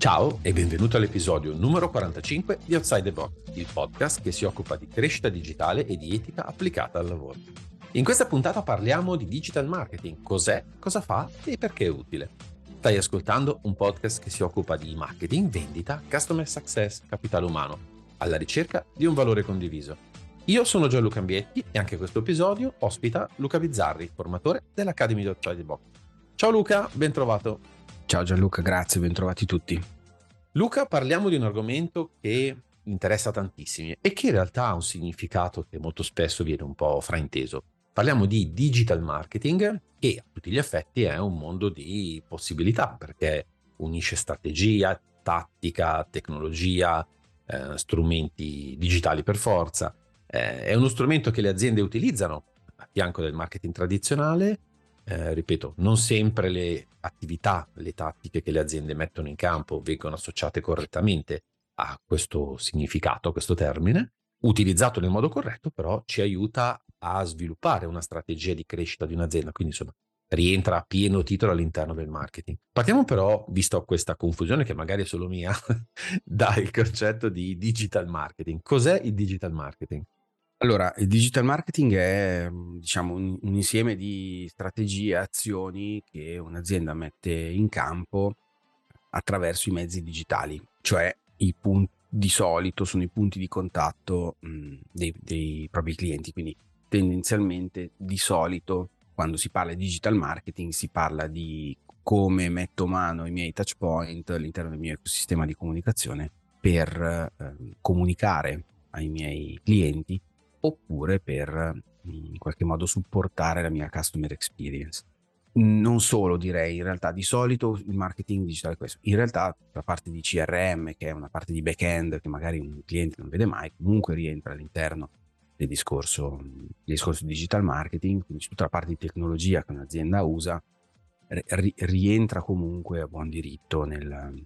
Ciao e benvenuto all'episodio numero 45 di Outside the Box, il podcast che si occupa di crescita digitale e di etica applicata al lavoro. In questa puntata parliamo di digital marketing, cos'è, cosa fa e perché è utile. Stai ascoltando un podcast che si occupa di marketing, vendita, customer success, capitale umano, alla ricerca di un valore condiviso. Io sono Gianluca Ambietti e anche questo episodio ospita Luca Bizzarri, formatore dell'Academy di Outside the Box. Ciao Luca, ben trovato. Ciao Gianluca, grazie, bentrovati tutti. Luca, parliamo di un argomento che interessa tantissimi e che in realtà ha un significato che molto spesso viene un po' frainteso. Parliamo di digital marketing, che a tutti gli effetti è un mondo di possibilità, perché unisce strategia, tattica, tecnologia, strumenti digitali per forza. È uno strumento che le aziende utilizzano a fianco del marketing tradizionale. Ripeto, non sempre le attività, le tattiche che le aziende mettono in campo vengono associate correttamente a questo significato, a questo termine. Utilizzato nel modo corretto, però ci aiuta a sviluppare una strategia di crescita di un'azienda, quindi insomma rientra a pieno titolo all'interno del marketing. Partiamo però, visto questa confusione che magari è solo mia, dal concetto di digital marketing. Cos'è il digital marketing? Allora, il digital marketing è diciamo un insieme di strategie e azioni che un'azienda mette in campo attraverso i mezzi digitali, cioè di solito sono i punti di contatto dei propri clienti, quindi tendenzialmente di solito quando si parla di digital marketing si parla di come metto mano ai miei touch point all'interno del mio ecosistema di comunicazione per comunicare ai miei clienti oppure per in qualche modo supportare la mia customer experience. Non solo, direi, in realtà di solito il marketing digitale è questo. In realtà la parte di CRM, che è una parte di back-end che magari un cliente non vede mai, comunque rientra all'interno del discorso digital marketing, quindi tutta la parte di tecnologia che un'azienda usa rientra comunque a buon diritto nel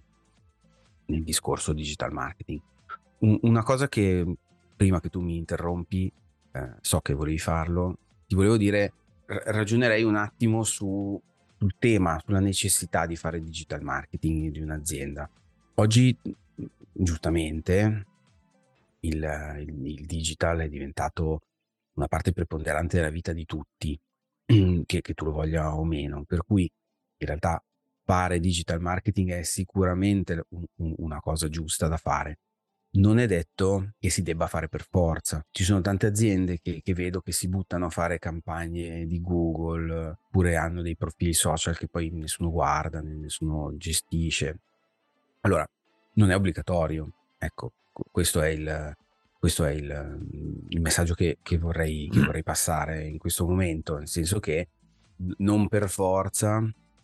discorso digital marketing. Una cosa che prima che tu mi interrompi, so che volevi farlo, ti volevo dire, ragionerei un attimo sul tema, sulla necessità di fare digital marketing di un'azienda. Oggi, giustamente, il digital è diventato una parte preponderante della vita di tutti, che tu lo voglia o meno, per cui in realtà fare digital marketing è sicuramente una cosa giusta da fare. Non è detto che si debba fare per forza. Ci sono tante aziende che vedo che si buttano a fare campagne di Google, oppure hanno dei profili social che poi nessuno guarda, nessuno gestisce. Allora, non è obbligatorio. Ecco, questo è il messaggio che vorrei passare in questo momento, nel senso che non per forza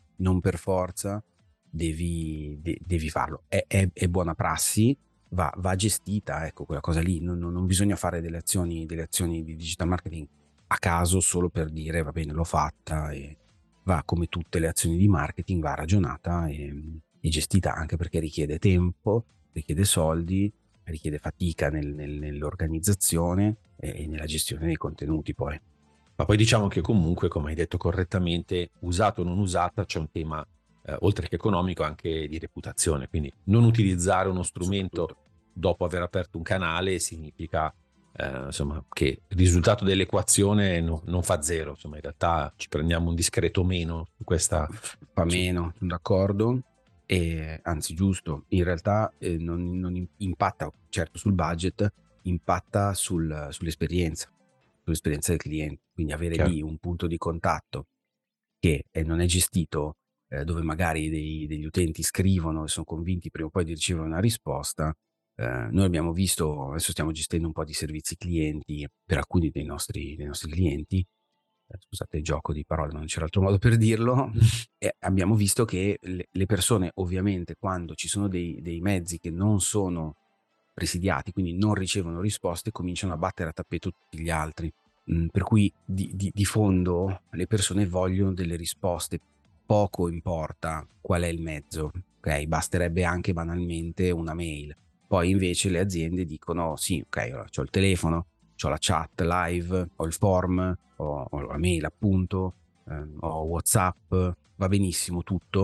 devi farlo. È buona prassi, va gestita, ecco, quella cosa lì. Non bisogna fare delle azioni di digital marketing a caso solo per dire va bene, l'ho fatta, e va, come tutte le azioni di marketing, va ragionata e gestita, anche perché richiede tempo, richiede soldi, richiede fatica nell'organizzazione e nella gestione dei contenuti poi. Ma poi diciamo che comunque, come hai detto correttamente, usato o non usata, c'è un tema, oltre che economico, anche di reputazione. Quindi non utilizzare uno strumento dopo aver aperto un canale significa insomma, che il risultato dell'equazione non fa zero. Insomma, in realtà ci prendiamo un discreto meno su questa. Fa meno, sono d'accordo, e anzi giusto, in realtà non impatta certo sul budget, impatta sull'esperienza del cliente, quindi avere Chiaro. lì un punto di contatto che non è gestito, dove magari degli utenti scrivono e sono convinti prima o poi di ricevere una risposta. Noi abbiamo visto, adesso stiamo gestendo un po' di servizi clienti per alcuni dei nostri clienti, scusate il gioco di parole, ma non c'era altro modo per dirlo, e abbiamo visto che le persone, ovviamente, quando ci sono dei mezzi che non sono presidiati, quindi non ricevono risposte, cominciano a battere a tappeto tutti gli altri. Per cui di fondo le persone vogliono delle risposte, poco importa qual è il mezzo, ok? Basterebbe anche banalmente una mail. Poi invece le aziende dicono sì, ok, allora c'ho il telefono, c'ho la chat live, ho il form, ho la mail appunto, ho WhatsApp, va benissimo tutto,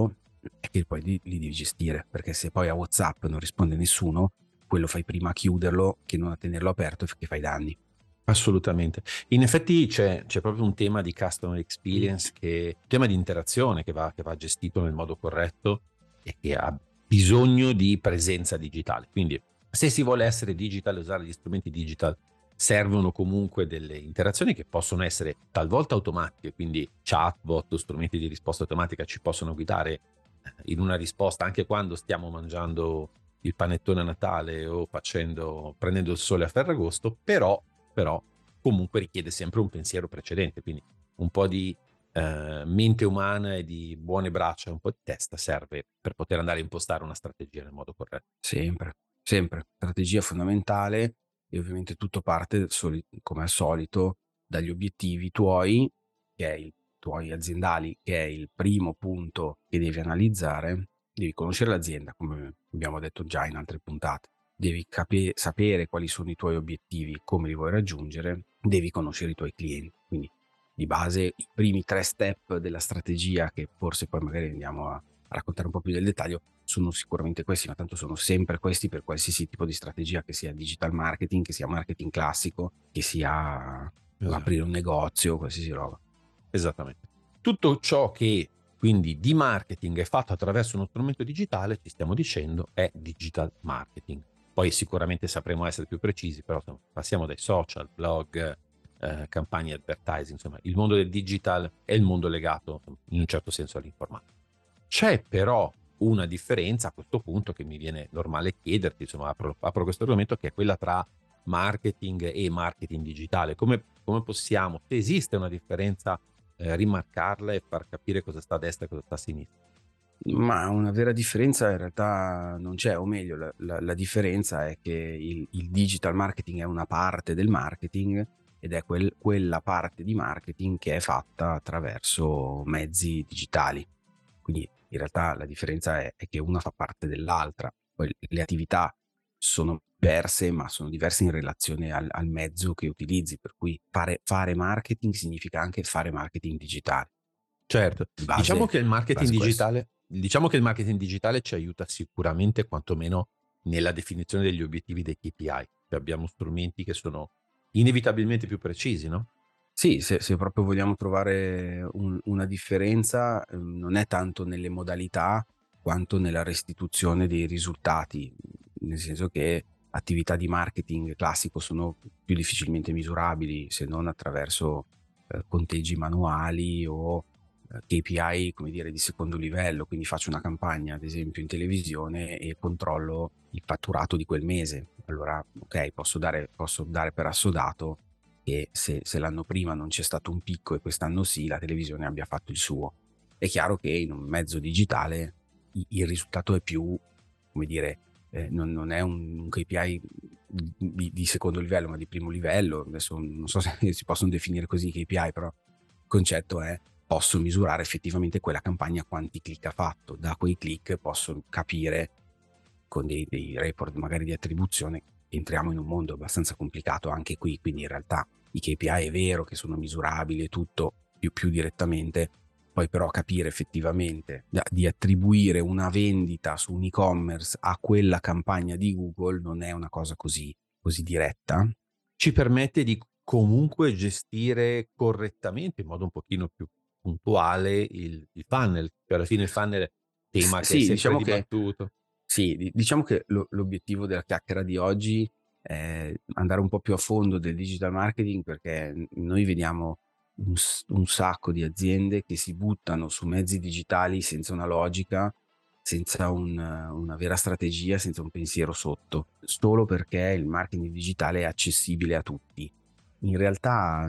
è che poi li devi gestire, perché se poi a WhatsApp non risponde nessuno, quello fai prima a chiuderlo che non a tenerlo aperto, che fai danni. Assolutamente. In effetti c'è proprio un tema di customer experience, un tema di interazione che va gestito nel modo corretto e che ha bisogno di presenza digitale. Quindi se si vuole essere digital, usare gli strumenti digital, servono comunque delle interazioni che possono essere talvolta automatiche, quindi chatbot o strumenti di risposta automatica ci possono guidare in una risposta anche quando stiamo mangiando il panettone a Natale o prendendo il sole a Ferragosto, però comunque richiede sempre un pensiero precedente, quindi un po' di mente umana e di buone braccia, un po' di testa serve per poter andare a impostare una strategia nel modo corretto. Sempre, sempre. Strategia fondamentale e ovviamente tutto parte come al solito dagli obiettivi tuoi, tuoi aziendali, che è il primo punto che devi analizzare. Devi conoscere l'azienda, come abbiamo detto già in altre puntate. Devi sapere quali sono i tuoi obiettivi, come li vuoi raggiungere. Devi conoscere i tuoi clienti. Quindi di base i primi 3 step della strategia, che forse poi magari andiamo a raccontare un po' più del dettaglio, sono sicuramente questi, ma tanto sono sempre questi per qualsiasi tipo di strategia, che sia digital marketing, che sia marketing classico, che sia Esatto. aprire un negozio, qualsiasi roba. Esattamente. Tutto ciò che quindi di marketing è fatto attraverso uno strumento digitale, ci stiamo dicendo, è digital marketing. Poi sicuramente sapremo essere più precisi, però insomma, passiamo dai social, blog, campagne advertising, insomma, il mondo del digital è il mondo legato in un certo senso all'informatica. C'è però una differenza a questo punto che mi viene normale chiederti, insomma, apro questo argomento, che è quella tra marketing e marketing digitale. Come possiamo, se esiste una differenza, rimarcarla e far capire cosa sta a destra e cosa sta a sinistra? Ma una vera differenza in realtà non c'è, o meglio, la differenza è che il digital marketing è una parte del marketing, ed è quella parte di marketing che è fatta attraverso mezzi digitali. Quindi in realtà la differenza è che una fa parte dell'altra. Poi le attività sono diverse, ma sono diverse in relazione al mezzo che utilizzi, per cui fare marketing significa anche fare marketing digitale. Certo, Di base questo. diciamo che il marketing digitale ci aiuta sicuramente, quantomeno nella definizione degli obiettivi dei KPI. Cioè abbiamo strumenti che sono inevitabilmente più precisi, no? Sì, se proprio vogliamo trovare una differenza, non è tanto nelle modalità quanto nella restituzione dei risultati, nel senso che attività di marketing classico sono più difficilmente misurabili, se non attraverso conteggi manuali o KPI, come dire, di secondo livello. Quindi faccio una campagna, ad esempio, in televisione e controllo il fatturato di quel mese. Allora, ok, posso dare per assodato che se l'anno prima non c'è stato un picco e quest'anno sì, la televisione abbia fatto il suo. È chiaro che in un mezzo digitale il risultato è più, come dire, non è un KPI di secondo livello, ma di primo livello. Adesso non so se si possono definire così i KPI, però il concetto è: posso misurare effettivamente quella campagna quanti click ha fatto. Da quei click posso capire, con dei report magari di attribuzione, entriamo in un mondo abbastanza complicato anche qui, quindi in realtà i KPI è vero che sono misurabili e tutto più direttamente, poi però capire effettivamente di attribuire una vendita su un e-commerce a quella campagna di Google non è una cosa così diretta. Ci permette di comunque gestire correttamente, in modo un pochino più puntuale, il funnel. Cioè alla fine il funnel è un tema che è Sì, sempre diciamo che dibattuto. Sì, diciamo che l'obiettivo della chiacchiera di oggi è andare un po' più a fondo del digital marketing, perché noi vediamo un sacco di aziende che si buttano su mezzi digitali senza una logica, senza una vera strategia, senza un pensiero sotto, solo perché il marketing digitale è accessibile a tutti. In realtà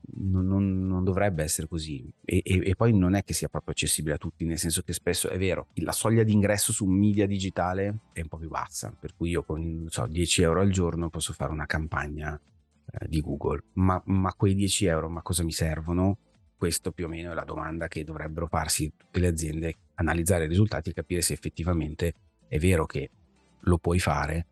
non dovrebbe essere così, e poi non è che sia proprio accessibile a tutti, nel senso che spesso è vero, la soglia di ingresso su un media digitale è un po' più bassa, per cui io con, non so, 10 euro al giorno posso fare una campagna di Google, ma quei 10 euro ma cosa mi servono? Questo più o meno è la domanda che dovrebbero farsi tutte le aziende: analizzare i risultati e capire se effettivamente è vero che lo puoi fare,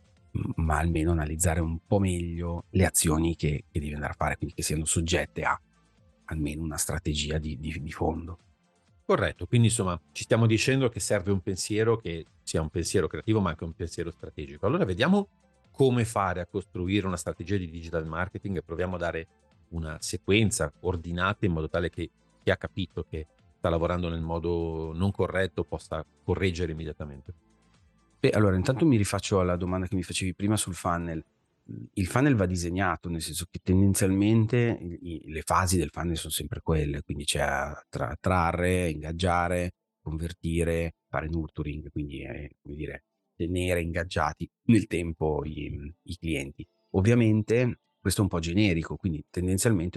ma almeno analizzare un po' meglio le azioni che devi andare a fare, quindi che siano soggette a almeno una strategia di fondo. Corretto, quindi insomma ci stiamo dicendo che serve un pensiero che sia un pensiero creativo, ma anche un pensiero strategico. Allora vediamo come fare a costruire una strategia di digital marketing e proviamo a dare una sequenza ordinata in modo tale che chi ha capito che sta lavorando nel modo non corretto possa correggere immediatamente. Beh, allora intanto mi rifaccio alla domanda che mi facevi prima sul funnel. Il funnel va disegnato, nel senso che tendenzialmente le fasi del funnel son sempre quelle, quindi c'è attrarre, ingaggiare, convertire, fare nurturing, quindi, come dire, tenere ingaggiati nel tempo i clienti. Ovviamente questo è un po' generico, quindi tendenzialmente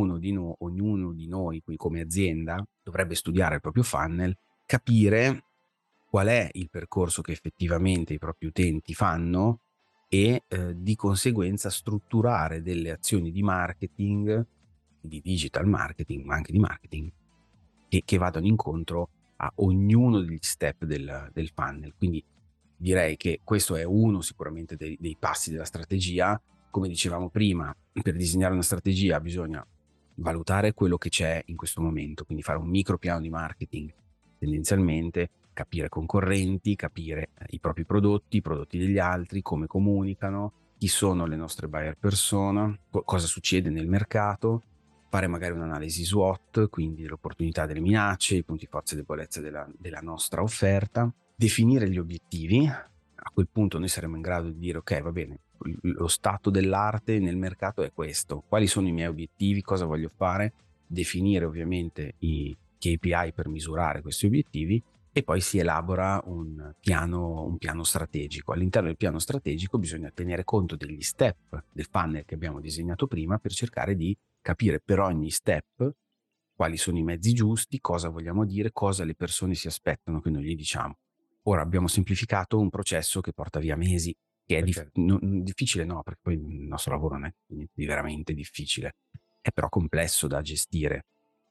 ognuno di noi qui come azienda dovrebbe studiare il proprio funnel, capire qual è il percorso che effettivamente i propri utenti fanno e, di conseguenza strutturare delle azioni di marketing, di digital marketing, ma anche di marketing, che vadano incontro a ognuno degli step del funnel. Quindi direi che questo è uno sicuramente dei passi della strategia. Come dicevamo prima, per disegnare una strategia bisogna valutare quello che c'è in questo momento, quindi fare un micro piano di marketing tendenzialmente, capire concorrenti, capire i propri prodotti, i prodotti degli altri, come comunicano, chi sono le nostre buyer persona, cosa succede nel mercato, fare magari un'analisi SWOT, quindi delle opportunità, delle minacce, i punti forza e debolezze della nostra offerta, definire gli obiettivi. A quel punto noi saremo in grado di dire ok, va bene, lo stato dell'arte nel mercato è questo, quali sono i miei obiettivi, cosa voglio fare, definire ovviamente i KPI per misurare questi obiettivi e poi si elabora un piano strategico. All'interno del piano strategico bisogna tenere conto degli step del funnel che abbiamo disegnato prima per cercare di capire per ogni step quali sono i mezzi giusti, cosa vogliamo dire, cosa le persone si aspettano che noi gli diciamo. Ora abbiamo semplificato un processo che porta via mesi, che è Perché difficile no, perché poi il nostro lavoro non è niente di veramente difficile, è però complesso da gestire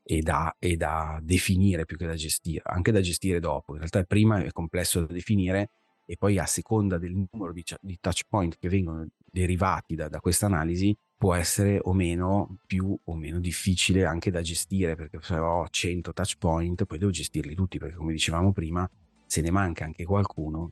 e da definire più che da gestire, anche da gestire dopo. In realtà prima è complesso da definire e poi a seconda del numero di touch point che vengono derivati da questa analisi può essere o meno più o meno difficile anche da gestire, perché se ho 100 touch point poi devo gestirli tutti, perché come dicevamo prima se ne manca anche qualcuno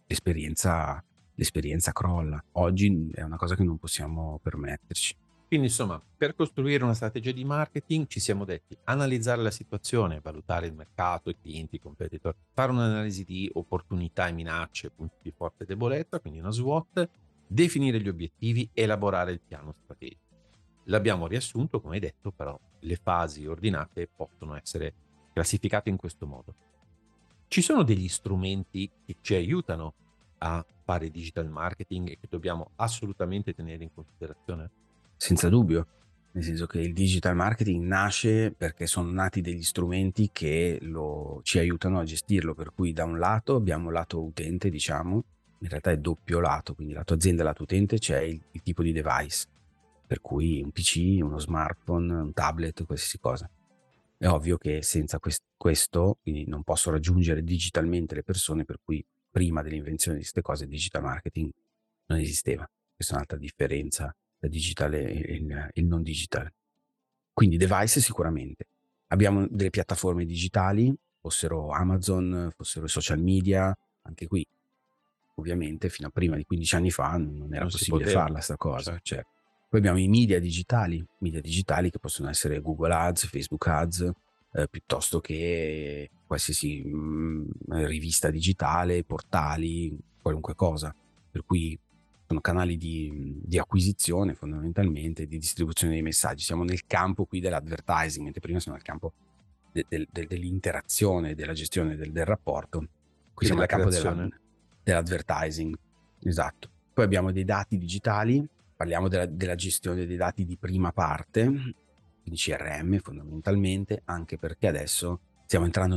l'esperienza crolla. Oggi è una cosa che non possiamo permetterci. quindi insomma, per costruire una strategia di marketing ci siamo detti analizzare la situazione, valutare il mercato, i clienti, i competitor, fare un'analisi di opportunità e minacce, punti di forza e debolezza, quindi una SWOT, definire gli obiettivi, elaborare il piano strategico. L'abbiamo riassunto, come hai detto, però le fasi ordinate possono essere classificate in questo modo. Ci sono degli strumenti che ci aiutano a fare digital marketing e che dobbiamo assolutamente tenere in considerazione? Senza dubbio, nel senso che il digital marketing nasce perché sono nati degli strumenti che ci aiutano a gestirlo, per cui da un lato abbiamo il lato utente, diciamo, in realtà è doppio lato, quindi lato azienda e lato utente c'è il tipo di device, per cui un PC, uno smartphone, un tablet, qualsiasi cosa. È ovvio che senza questo, quindi non posso raggiungere digitalmente le persone, per cui prima dell'invenzione di queste cose il digital marketing non esisteva. Questa è un'altra differenza tra digitale e il non digitale. Quindi device sicuramente. Abbiamo delle piattaforme digitali, fossero Amazon, fossero i social media, anche qui ovviamente fino a prima di 15 anni fa non era Non si possibile poteva, farla sta cosa, certo. cioè. Poi abbiamo i media digitali che possono essere Google Ads, Facebook Ads, piuttosto che qualsiasi rivista digitale, portali, qualunque cosa. Per cui sono canali di acquisizione fondamentalmente, di distribuzione dei messaggi. Siamo nel campo qui dell'advertising, mentre prima siamo nel campo dell'interazione, della gestione del rapporto. Qui E siamo della nel campo creazione? dell'advertising, esatto. Poi abbiamo dei dati digitali, parliamo della gestione dei dati di prima parte, quindi CRM fondamentalmente, anche perché adesso stiamo entrando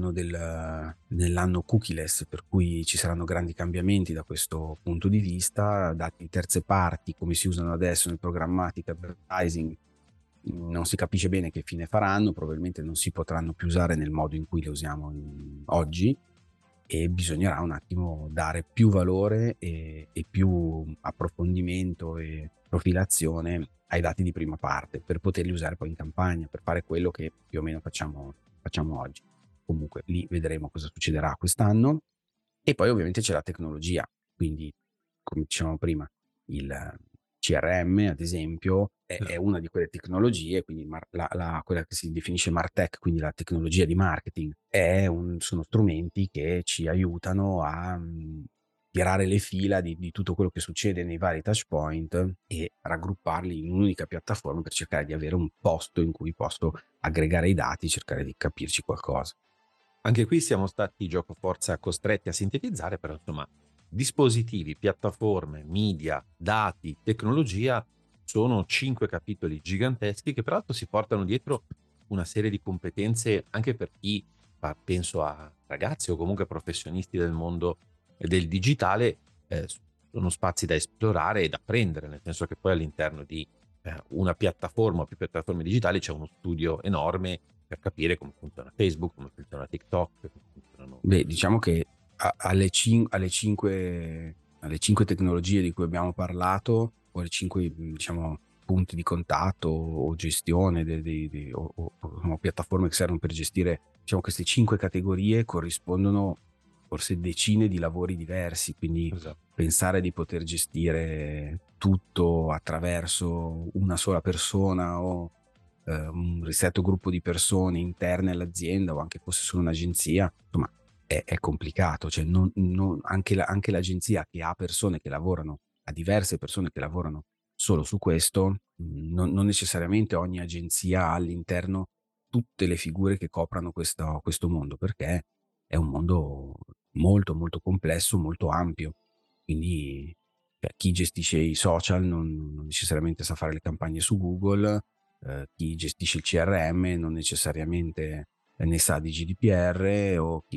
nell'anno cookieless, per cui ci saranno grandi cambiamenti da questo punto di vista. Dati di terze parti, come si usano adesso nel programmatic advertising, non si capisce bene che fine faranno, probabilmente non si potranno più usare nel modo in cui le usiamo oggi, e bisognerà un attimo dare più valore e più approfondimento e profilazione ai dati di prima parte per poterli usare poi in campagna, per fare quello che più o meno facciamo oggi. comunque lì vedremo cosa succederà quest'anno. E poi ovviamente c'è la tecnologia, quindi come dicevamo prima, il CRM ad esempio è Esatto. una di quelle tecnologie, quindi quella che si definisce MarTech, quindi la tecnologia di marketing, sono strumenti che ci aiutano a tirare le fila di tutto quello che succede nei vari touch point e raggrupparli in un'unica piattaforma per cercare di avere un posto in cui posso aggregare i dati, cercare di capirci qualcosa. Anche qui siamo stati giocoforza costretti a sintetizzare, però insomma, dispositivi, piattaforme, media, dati, tecnologia sono 5 capitoli giganteschi che peraltro si portano dietro una serie di competenze anche per chi, penso a ragazzi o comunque professionisti del mondo del digitale, sono spazi da esplorare e da apprendere, nel senso che poi all'interno di una piattaforma o più piattaforme digitali c'è uno studio enorme per capire come funziona Facebook, come funziona TikTok, come funzionano. Beh, diciamo che alle cinque tecnologie di cui abbiamo parlato, o alle cinque, diciamo, punti di contatto o gestione o piattaforme che servono per gestire, diciamo, queste 5 categorie corrispondono forse decine di lavori diversi, quindi Esatto. pensare di poter gestire tutto attraverso una sola persona o un ristretto gruppo di persone interne all'azienda o anche fosse solo un'agenzia, insomma è complicato, cioè anche l'agenzia che ha persone che lavorano, ha diverse persone che lavorano solo su questo, non necessariamente ogni agenzia ha all'interno tutte le figure che coprano questo mondo, perché è un mondo molto, molto complesso, molto ampio. Quindi, cioè, chi gestisce i social non necessariamente sa fare le campagne su Google, chi gestisce il CRM non necessariamente ne sa di GDPR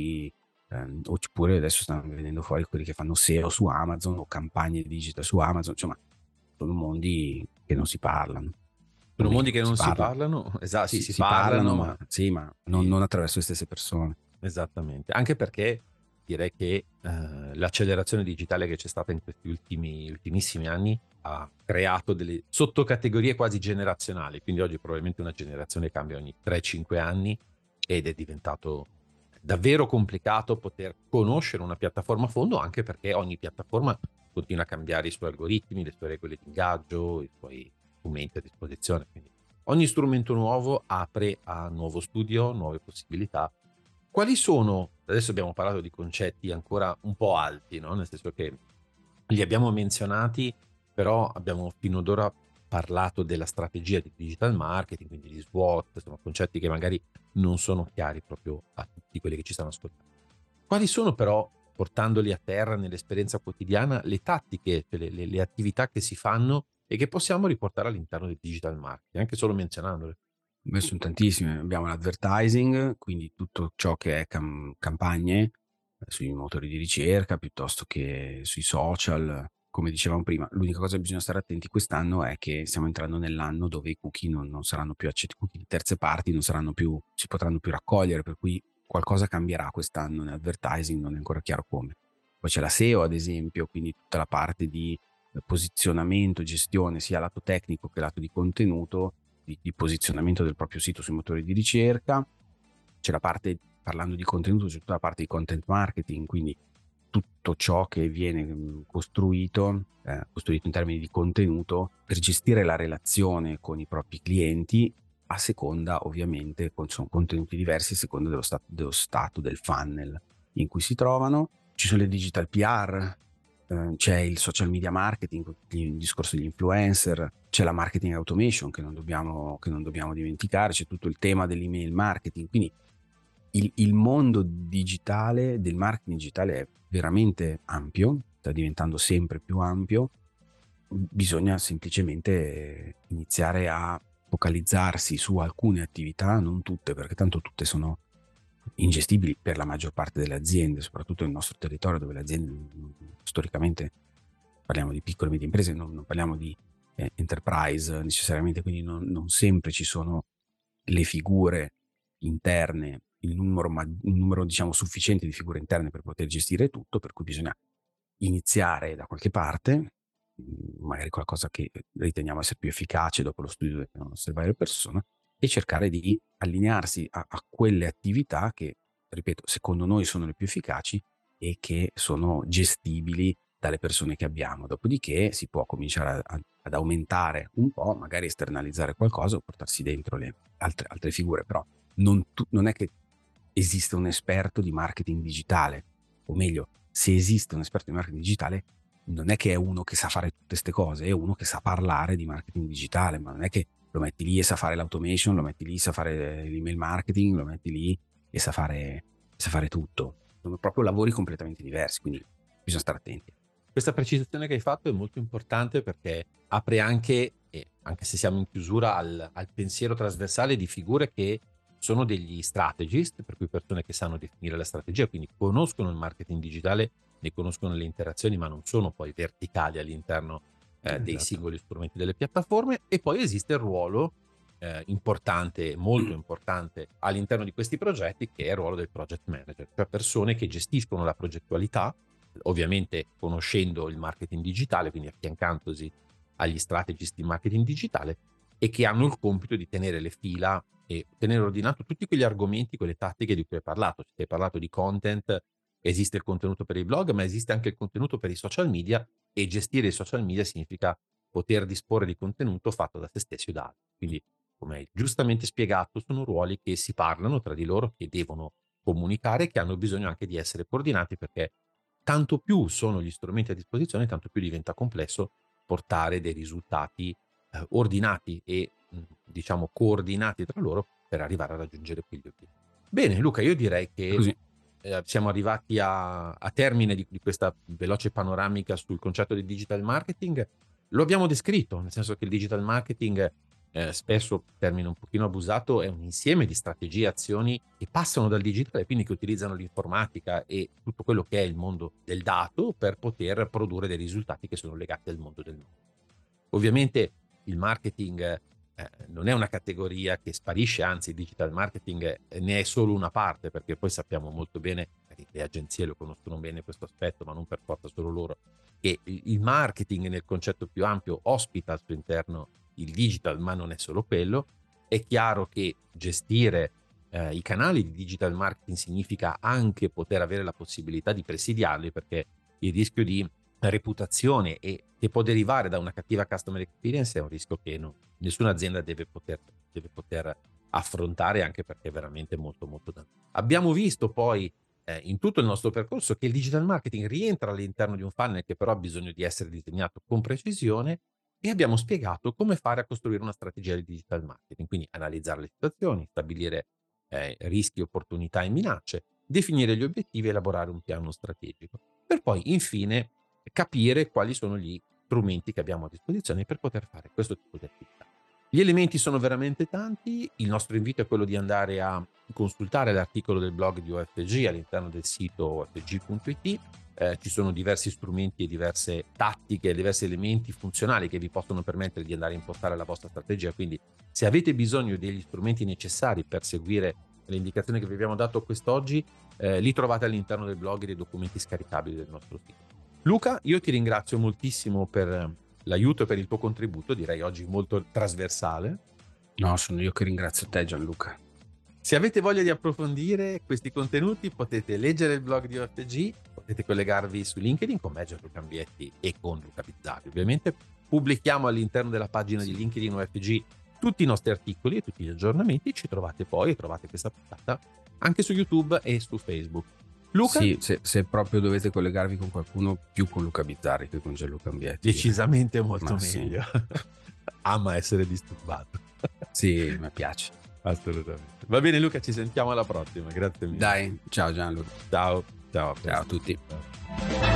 oppure adesso stanno venendo fuori quelli che fanno SEO su Amazon o campagne digital su Amazon, insomma, sono mondi che non si parlano. O Sono mondi meglio, che si non si parlano. parlano, sì, si Si parlano, parlano, ma ma sì, ma sì, non attraverso le stesse persone. esattamente. Anche perché direi che l'accelerazione digitale che c'è stata in questi ultimissimi anni ha creato delle sottocategorie quasi generazionali. Quindi oggi probabilmente una generazione cambia ogni 3-5 anni ed è diventato davvero complicato poter conoscere una piattaforma a fondo, anche perché ogni piattaforma continua a cambiare i suoi algoritmi, le sue regole di ingaggio, i suoi strumenti a disposizione. Quindi ogni strumento nuovo apre a nuovo studio, nuove possibilità. Quali sono, adesso abbiamo parlato di concetti ancora un po' alti, no? Nel senso che li abbiamo menzionati, però abbiamo fino ad ora parlato della strategia di digital marketing, quindi di SWOT, insomma concetti che magari non sono chiari proprio a tutti quelli che ci stanno ascoltando. Quali sono però, portandoli a terra nell'esperienza quotidiana, le tattiche, cioè le attività che si fanno e che possiamo riportare all'interno del digital marketing, anche solo menzionandole? Beh, son tantissime. Abbiamo l'advertising, quindi tutto ciò che è campagne sui motori di ricerca piuttosto che sui social, come dicevamo prima. L'unica cosa che bisogna stare attenti quest'anno è che stiamo entrando nell'anno dove i cookie non saranno più cookie di terze parti non saranno più si potranno più raccogliere, per cui qualcosa cambierà quest'anno nell'advertising, non è ancora chiaro come. Poi c'è la SEO ad esempio, quindi tutta la parte di posizionamento, gestione, sia lato tecnico che lato di contenuto, di posizionamento del proprio sito sui motori di ricerca. C'è la parte, parlando di contenuto, c'è tutta la parte di content marketing, quindi tutto ciò che viene costruito in termini di contenuto per gestire la relazione con i propri clienti a seconda, ovviamente, sono contenuti diversi a seconda dello stato del funnel in cui si trovano. Ci sono le digital PR, c'è il social media marketing, il discorso degli influencer, c'è la marketing automation che non dobbiamo dimenticare, c'è tutto il tema dell'email marketing, quindi il mondo digitale, del marketing digitale è veramente ampio, sta diventando sempre più ampio, bisogna semplicemente iniziare a focalizzarsi su alcune attività, non tutte, perché tanto tutte sono ingestibili per la maggior parte delle aziende, soprattutto nel nostro territorio dove le aziende storicamente parliamo di piccole e medie imprese, non parliamo di enterprise necessariamente, quindi non sempre ci sono le figure interne, un numero diciamo sufficiente di figure interne per poter gestire tutto, per cui bisogna iniziare da qualche parte, magari qualcosa che riteniamo essere più efficace dopo lo studio delle nostre varie persone, e cercare di allinearsi a quelle attività che ripeto, secondo noi sono le più efficaci e che sono gestibili dalle persone che abbiamo. Dopodiché si può cominciare ad aumentare un po', magari esternalizzare qualcosa o portarsi dentro le altre figure, però non è che esiste un esperto di marketing digitale, o meglio, se esiste un esperto di marketing digitale, non è che è uno che sa fare tutte queste cose, è uno che sa parlare di marketing digitale, ma non è che lo metti lì e sa fare l'automation, lo metti lì e sa fare l'email marketing, lo metti lì e sa fare tutto. Sono proprio lavori completamente diversi, quindi bisogna stare attenti. Questa precisazione che hai fatto è molto importante perché apre anche, anche se siamo in chiusura, al pensiero trasversale di figure che sono degli strategist, per cui persone che sanno definire la strategia, quindi conoscono il marketing digitale, ne conoscono le interazioni, ma non sono poi verticali all'interno dei Esatto. singoli strumenti delle piattaforme. E poi esiste il ruolo importante, molto importante all'interno di questi progetti, che è il ruolo del project manager, cioè persone che gestiscono la progettualità, ovviamente conoscendo il marketing digitale, quindi affiancandosi agli strategist di marketing digitale, e che hanno il compito di tenere le fila e tenere ordinato tutti quegli argomenti, quelle tattiche di cui hai parlato. Hai parlato di content, esiste il contenuto per i blog, ma esiste anche il contenuto per i social media, e gestire i social media significa poter disporre di contenuto fatto da se stessi o da altri. Quindi, come hai giustamente spiegato, sono ruoli che si parlano tra di loro, che devono comunicare, che hanno bisogno anche di essere coordinati, perché tanto più sono gli strumenti a disposizione, tanto più diventa complesso portare dei risultati ordinati e diciamo coordinati tra loro per arrivare a raggiungere quegli obiettivi. Bene Luca, io direi che Così. siamo arrivati a termine di questa veloce panoramica sul concetto di digital marketing. Lo abbiamo descritto, nel senso che il digital marketing, spesso, termine un pochino abusato, è un insieme di strategie e azioni che passano dal digitale, quindi che utilizzano l'informatica e tutto quello che è il mondo del dato per poter produrre dei risultati che sono legati al mondo del marketing. Ovviamente il marketing non è una categoria che sparisce, anzi il digital marketing ne è solo una parte, perché poi sappiamo molto bene, le agenzie lo conoscono bene questo aspetto, ma non per forza solo loro, che il marketing nel concetto più ampio ospita al suo interno il digital, ma non è solo quello. È chiaro che gestire i canali di digital marketing significa anche poter avere la possibilità di presidiarli, perché il rischio di reputazione e che può derivare da una cattiva customer experience è un rischio che nessuna azienda deve poter affrontare, anche perché è veramente molto molto dannoso. Abbiamo visto poi in tutto il nostro percorso che il digital marketing rientra all'interno di un funnel che però ha bisogno di essere disegnato con precisione, e abbiamo spiegato come fare a costruire una strategia di digital marketing, quindi analizzare le situazioni, stabilire rischi, opportunità e minacce, definire gli obiettivi e elaborare un piano strategico, per poi infine capire quali sono gli strumenti che abbiamo a disposizione per poter fare questo tipo di attività. Gli elementi sono veramente tanti, il nostro invito è quello di andare a consultare l'articolo del blog di OFG all'interno del sito ofg.it. Ci sono diversi strumenti e diverse tattiche, diversi elementi funzionali che vi possono permettere di andare a impostare la vostra strategia, quindi se avete bisogno degli strumenti necessari per seguire le indicazioni che vi abbiamo dato quest'oggi, li trovate all'interno del blog e dei documenti scaricabili del nostro sito. Luca, io ti ringrazio moltissimo per l'aiuto e per il tuo contributo, direi oggi molto trasversale. No, sono io che ringrazio te, Gianluca. Se avete voglia di approfondire questi contenuti, potete leggere il blog di OFG, potete collegarvi su LinkedIn con me, Gianluca Ambietti, e con Luca Bizzarri. Ovviamente pubblichiamo all'interno della pagina di LinkedIn OFG tutti i nostri articoli e tutti gli aggiornamenti. Ci trovate trovate questa puntata anche su YouTube e su Facebook. Luca? Sì, se proprio dovete collegarvi con qualcuno, più con Luca Bizzarri che con Gianluca Ambietti. Decisamente molto Ma sì. meglio. Ama essere disturbato. Sì, mi piace. Assolutamente. Va bene Luca, ci sentiamo alla prossima. Grazie mille. Dai, ciao Gianluca. Ciao. Ciao. Ciao a tutti. Ciao.